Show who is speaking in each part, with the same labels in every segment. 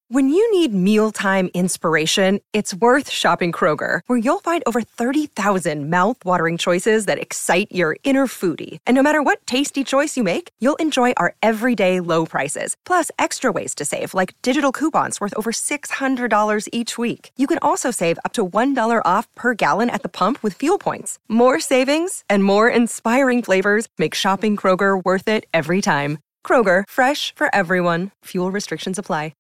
Speaker 1: When you need mealtime inspiration, it's worth shopping Kroger, where you'll find over 30,000 mouth-watering choices that excite your inner foodie. And no matter what tasty choice you make, you'll enjoy our everyday low prices, plus extra ways to save, like digital coupons worth over $600 each week. You can also save up to $1 off per gallon at the pump with fuel points. More savings and more inspiring flavors make shopping Kroger worth it every time. Kroger, fresh for everyone. Fuel restrictions apply.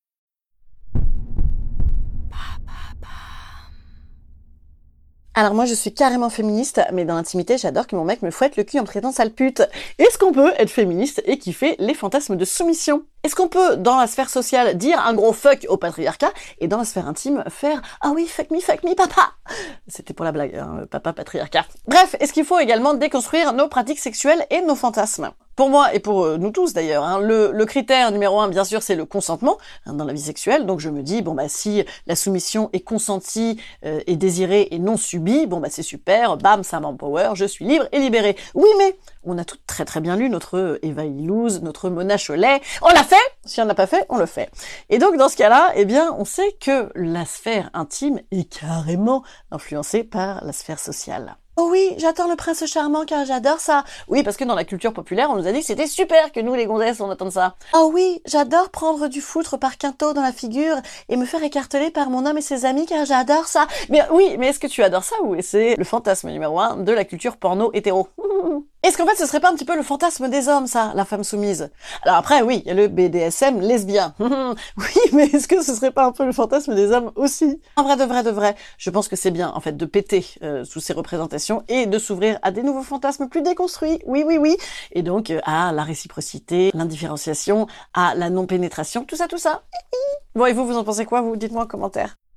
Speaker 2: Alors moi je suis carrément féministe, mais dans l'intimité j'adore que mon mec me fouette le cul en me traitant de sale pute. Est-ce qu'on peut être féministe et kiffer les fantasmes de soumission ? Est-ce qu'on peut, dans la sphère sociale, dire un gros fuck au patriarcat et dans la sphère intime faire « Ah oui, fuck me, papa !» C'était pour la blague, hein, papa patriarcat. Bref, est-ce qu'il faut également déconstruire nos pratiques sexuelles et nos fantasmes ? Pour moi et pour nous tous d'ailleurs, hein, le critère numéro 1 bien sûr c'est le consentement dans la vie sexuelle. Donc je me dis si la soumission est consentie et désirée et non subie, c'est super, bam, ça m'empower, je suis libre et libérée. Oui mais on a toutes très très bien lu notre Eva Illouz, notre Mona Chollet. On l'a fait. Si on n'a pas fait, on le fait. Et donc dans ce cas-là, on sait que la sphère intime est carrément influencée par la sphère sociale. Oh oui, j'attends le prince charmant car j'adore ça. Oui, parce que dans la culture populaire, on nous a dit que c'était super que nous, les gonzesses, on attende ça. Oh oui, j'adore prendre du foutre par quinto dans la figure et me faire écarteler par mon homme et ses amis car j'adore ça. Mais oui, mais est-ce que tu adores ça ou c'est le fantasme numéro 1 de la culture porno hétéro? Est-ce qu'en fait ce serait pas un petit peu le fantasme des hommes, ça, la femme soumise? Alors après, oui, il y a le BDSM lesbien. Oui, mais est-ce que ce serait pas un peu le fantasme des hommes aussi? En vrai, de vrai, je pense que c'est bien, en fait, de péter sous ces représentations et de s'ouvrir à des nouveaux fantasmes plus déconstruits. Oui. Et donc, à la réciprocité, l'indifférenciation, à la non-pénétration, tout ça. Bon, et vous en pensez quoi, vous? Dites-moi en commentaire.